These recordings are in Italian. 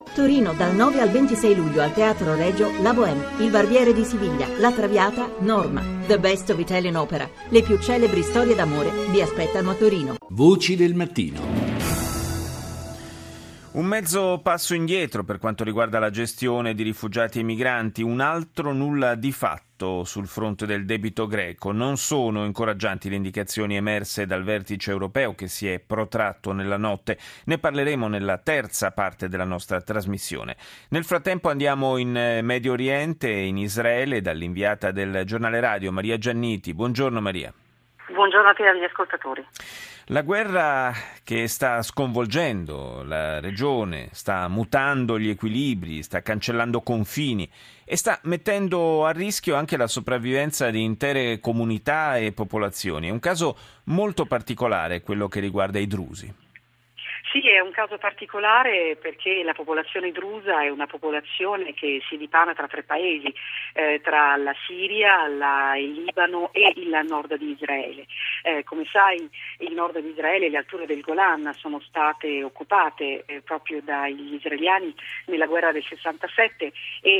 Torino dal 9 al 26 luglio al Teatro Regio La Bohème, Il Barbiere di Siviglia, La Traviata, Norma, The Best of Italian Opera. Le più celebri storie d'amore vi aspettano a Torino. Voci del mattino. Un mezzo passo indietro per quanto riguarda la gestione di rifugiati e migranti, un altro nulla di fatto sul fronte del debito greco. Non sono incoraggianti le indicazioni emerse dal vertice europeo che si è protratto nella notte. Ne parleremo nella terza parte della nostra trasmissione. Nel frattempo andiamo in Medio Oriente, in Israele, dall'inviata del giornale radio Maria Gianniti. Buongiorno Maria. Buongiorno a te e agli ascoltatori. La guerra che sta sconvolgendo la regione, sta mutando gli equilibri, sta cancellando confini e sta mettendo a rischio anche la sopravvivenza di intere comunità e popolazioni. È un caso molto particolare quello che riguarda i drusi. Sì, è un caso particolare perché la popolazione drusa è una popolazione che si dipana tra tre paesi, tra la Siria, il Libano e il nord di Israele. Come sai, il nord di Israele e le alture del Golan sono state occupate proprio dagli israeliani nella guerra del 67,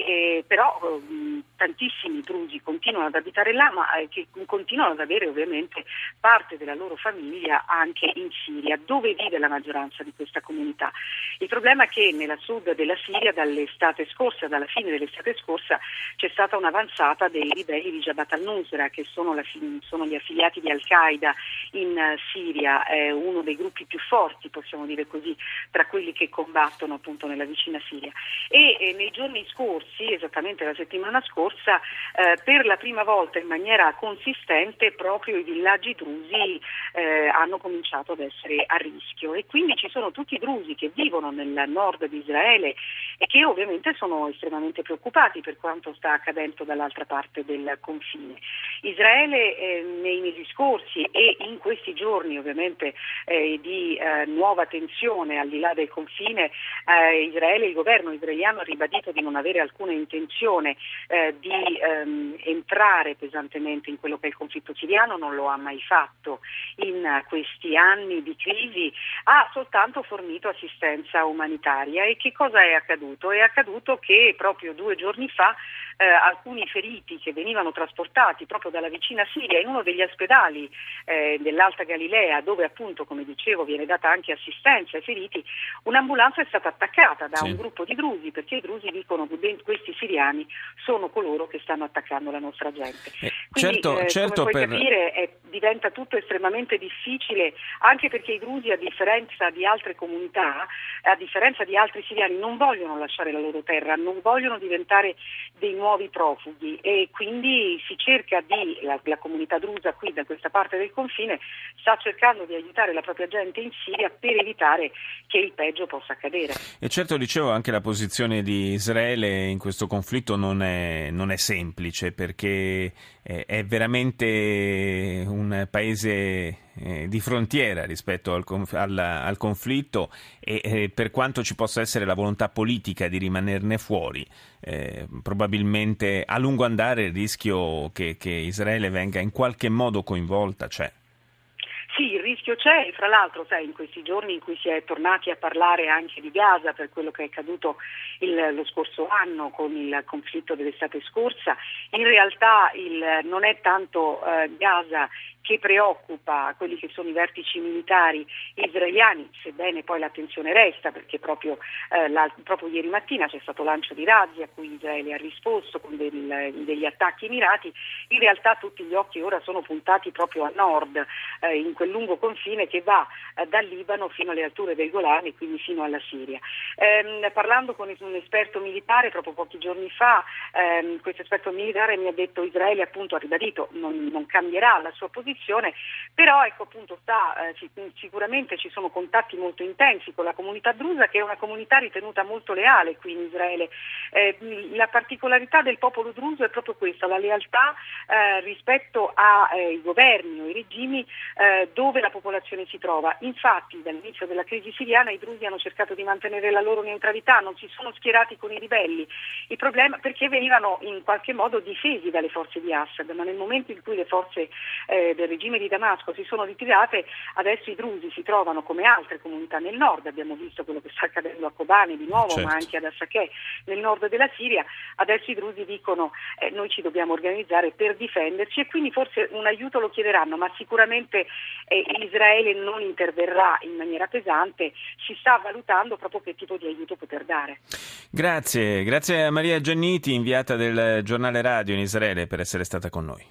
però tantissimi drusi continuano ad abitare là, ma che continuano ad avere ovviamente parte della loro famiglia anche in Siria, dove vive la maggioranza di questa comunità. Il problema è che nella sud della Siria dalla fine dell'estate scorsa, c'è stata un'avanzata dei ribelli di Jabhat al-Nusra, che sono gli affiliati di Al-Qaeda in Siria, uno dei gruppi più forti, possiamo dire così, tra quelli che combattono appunto nella vicina Siria. E nei giorni scorsi, esattamente la settimana scorsa, per la prima volta in maniera consistente proprio i villaggi drusi hanno cominciato ad essere a rischio, e quindi ci sono tutti i drusi che vivono nel nord di Israele e che ovviamente sono estremamente preoccupati per quanto sta accadendo dall'altra parte del confine. Israele nei mesi scorsi e in questi giorni ovviamente di nuova tensione al di là del confine, il governo israeliano ha ribadito di non avere alcuna intenzione di entrare pesantemente in quello che è il conflitto siriano, non lo ha mai fatto in questi anni di crisi, ha soltanto fornito assistenza umanitaria. E che cosa è accaduto? È accaduto che proprio 2 giorni fa alcuni feriti che venivano trasportati proprio dalla vicina Siria in uno degli ospedali dell'Alta Galilea, dove appunto, come dicevo, viene data anche assistenza ai feriti, un'ambulanza è stata attaccata da un gruppo di drusi, perché i drusi dicono che questi siriani sono coloro che stanno attaccando la nostra gente. Quindi, certo, come puoi capire, diventa tutto estremamente difficile, anche perché i drusi, a differenza di altre comunità, a differenza di altri siriani, non vogliono lasciare la loro terra, non vogliono diventare dei nuovi profughi, e quindi si cerca la comunità drusa qui da questa parte del confine sta cercando di aiutare la propria gente in Siria per evitare che il peggio possa accadere. E certo, dicevo, anche la posizione di Israele in questo conflitto non è semplice, perché è veramente un paese di frontiera rispetto al conflitto, e per quanto ci possa essere la volontà politica di rimanerne fuori, probabilmente a lungo andare il rischio che Israele venga in qualche modo coinvolta c'è. Sì, il rischio c'è, e fra l'altro sai, in questi giorni in cui si è tornati a parlare anche di Gaza per quello che è accaduto lo scorso anno con il conflitto dell'estate scorsa, in realtà non è tanto Gaza che preoccupa quelli che sono i vertici militari israeliani, sebbene poi la tensione resta, perché proprio ieri mattina c'è stato lancio di razzi a cui Israele ha risposto con degli attacchi mirati. In realtà tutti gli occhi ora sono puntati proprio a nord, in quel lungo confine che va dal Libano fino alle alture del Golan e quindi fino alla Siria. Parlando con un esperto militare proprio pochi giorni fa, questo esperto militare mi ha detto che Israele appunto ha ribadito non cambierà la sua posizione, però ecco appunto sicuramente ci sono contatti molto intensi con la comunità drusa, che è una comunità ritenuta molto leale qui in Israele. La particolarità del popolo druso è proprio questa, la lealtà rispetto ai governi o ai regimi dove la popolazione si trova. Infatti dall'inizio della crisi siriana i drusi hanno cercato di mantenere la loro neutralità, non si sono schierati con i ribelli, il problema perché venivano in qualche modo difesi dalle forze di Assad, ma nel momento in cui le forze del regime di Damasco si sono ritirate, adesso i drusi si trovano come altre comunità nel nord, abbiamo visto quello che sta accadendo a Kobane di nuovo, certo, ma anche ad Asakeh nel nord della Siria. Adesso i drusi dicono noi ci dobbiamo organizzare per difenderci, e quindi forse un aiuto lo chiederanno, ma sicuramente Israele non interverrà in maniera pesante. Si sta valutando proprio che tipo di aiuto poter dare. Grazie a Maria Gianniti, inviata del Giornale Radio in Israele, per essere stata con noi.